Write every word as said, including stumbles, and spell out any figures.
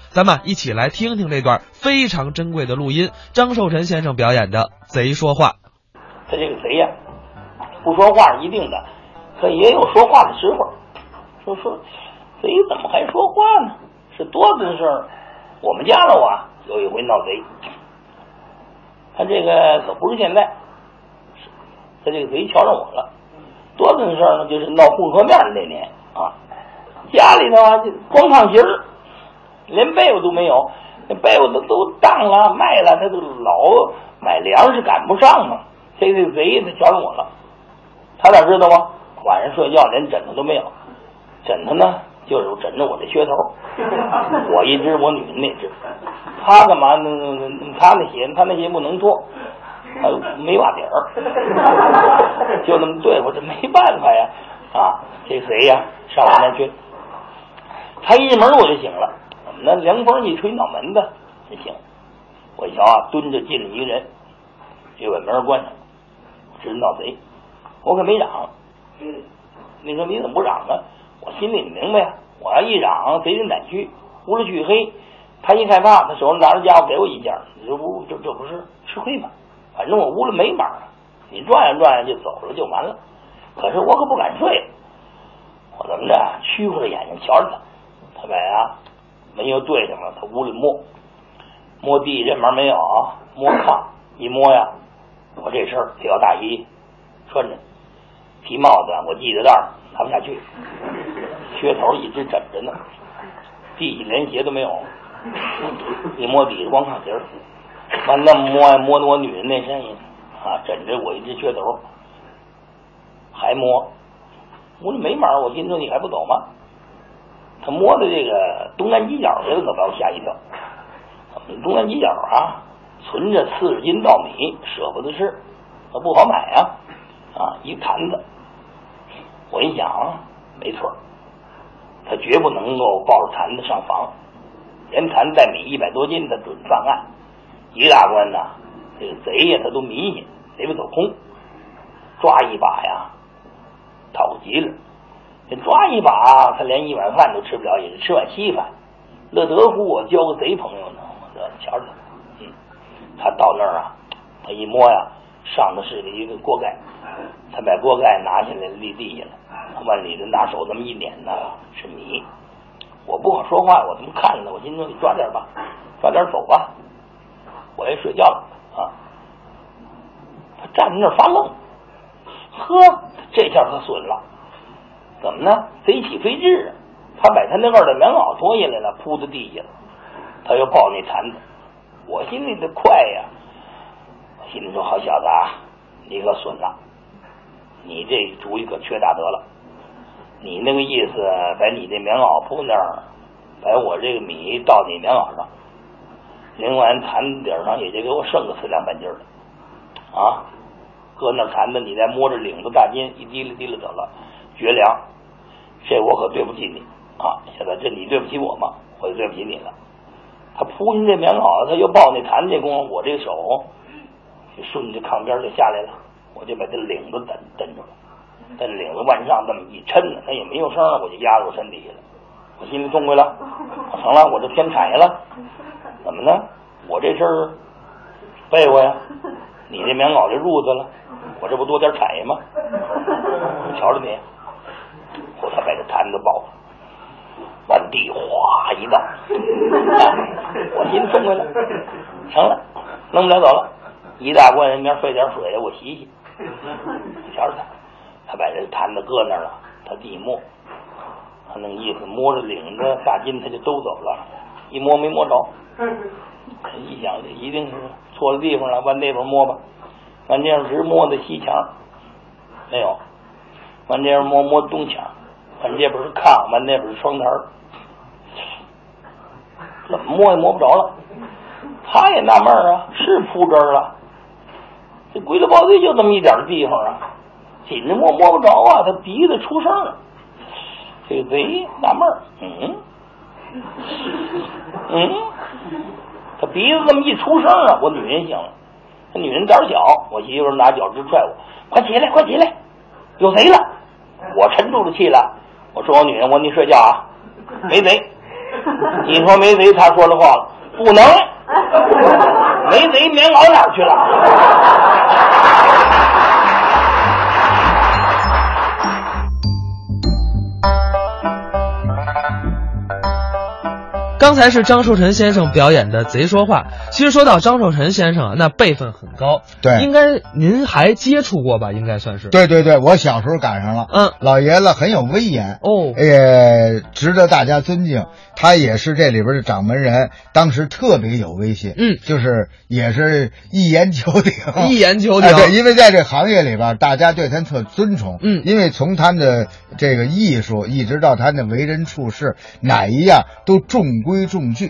咱们一起来听听这段非常珍贵的录音，张寿臣先生表演的《贼说话》。 他这个贼呀、啊，不说话是一定的，可也有说话的时候。说说贼怎么还说话呢？是多根事儿。我们家了啊，有一回闹贼，他这个可不是现在，他这个贼瞧上我了。多根事儿呢，就是闹混合面那年啊，家里头啊就光炕席儿，连被窝都没有，那被窝都都当了卖了，他都老买粮食赶不上嘛。这个贼他瞧上我了，他哪知道吗？晚上睡觉连枕头都没有，枕头呢就是枕着我这靴头，我一只，我女人那只。他干嘛呢？他那鞋，他那鞋不能脱，他没袜底儿，就那么对付，这没办法呀！啊，这谁呀？上我那去，他一门我就醒了。我们那凉风一吹，脑门子就醒。我一瞧啊，蹲着进了一个人，就把门关上。知闹贼，我可没嚷。你说你怎么不嚷啊？我心里明白呀，我要一嚷，贼人胆虚，屋里黢黑。他一害怕，他手上拿着家伙给我一下，你说不这这不是吃亏吗？反正我屋里没门啊，你转悠转悠就走了就完了。可是我可不敢睡，我怎么着屈乎着眼睛瞧着他，他把啊门又对上了，他屋里摸摸地这门没有，摸炕一摸呀，我这身条大衣穿着，皮帽子我系着带拿不下去，靴头一直枕着呢，地下连鞋都没有。一摸底下光炕席儿，完那么摸呀摸的我女人那身啊，枕着我一只靴头，还摸，屋里没门，我心说你还不走吗？他摸的这个东南犄角，这个可把我吓一跳。我们东南犄角啊，存着四十斤稻米，舍不得吃，那不好买啊，啊，一坛子。我一想，没错，他绝不能够抱着坛子上房。连坛带米一百多斤，他准犯案。一大关呐，这个贼呀，他都迷信，贼不走空，抓一把呀，讨急了。这抓一把，他连一碗饭都吃不了，也是吃碗稀饭。乐得乎我交个贼朋友呢，我这瞧着他，嗯，他到那儿啊，他一摸呀，上头是一个锅盖，他把锅盖拿下来立地下了，往里头拿手这么一捻呢，是米。我不好说话，我这么看着呢，我心说你抓点吧，抓点走吧，我也睡觉了啊。他站在那儿发愣，呵，这下他损了，怎么呢？贼起飞智啊！他把他那二的棉袄脱下来了，铺在地下了，他又抱那坛子，我心里的快呀，我心里说好小子啊，你可损了，你这主意可缺大德了。你那个意思，把你这棉袄铺那儿，把我这个米倒你棉袄上，另外坛子顶上也就给我剩个四两半斤了，啊，搁那坛子你再摸着领子大筋，一滴了滴了走了，绝粮，这我可对不起你啊！现在这你对不起我吗？我就对不起你了。他铺进这棉袄，他又抱那坛子，这功夫我这手就顺着炕边就下来了，我就把这领子蹬蹬住了。但领子往上这么一抻呢，他也没有声了，我就压到我身底下了。我心里痛快了，成了，我这添产业了。怎么呢？我这身被窝呀，你这棉袄这褥子了，我这不多点产业吗？瞧着你，我才把这坛子抱往地哗一倒，啊，我心里痛快了，成了，弄不了走了。一大罐人边费点水，我洗洗。瞧着他。他把这坛子搁那儿了，他地摸，他那个意思摸着领子大筋，他就都走了，一摸没摸着，一想这一定是错了地方了，往那边摸吧，往这样直摸的西墙，没有，往这样摸摸东墙，往这边是炕，往那边是窗台，怎么摸也摸不着了。他也纳闷啊，是铺这儿了，这归了包堆就这么一点地方啊。紧着摸摸不着啊，他鼻子出声了。这个贼纳闷儿，嗯嗯，他鼻子这么一出声啊，我女人醒了。他女人胆小，我媳妇拿脚趾踹我，快起来，快起来，有贼了！我沉住了气了，我说我女人，我说你睡觉啊，没贼。 你说没贼，他说的话了，不能，没贼棉袄哪儿去了？ 刚才是张寿臣先生表演的贼说话。其实说到张寿臣先生啊，那辈分很高， 对， 应该您还接触过吧？应该算是。 对对对，我小时候赶上了。 嗯， 老爷子很有威严哦， 也值得大家尊敬。他也是这里边的掌门人，当时特别有威信。 嗯， 就是也是一言九鼎， 一言九鼎。 哎、对，因为在这行业里边，大家对他特尊崇。 嗯， 因为从他的这个艺术，一直到他的为人处事，哪一样都中规中矩。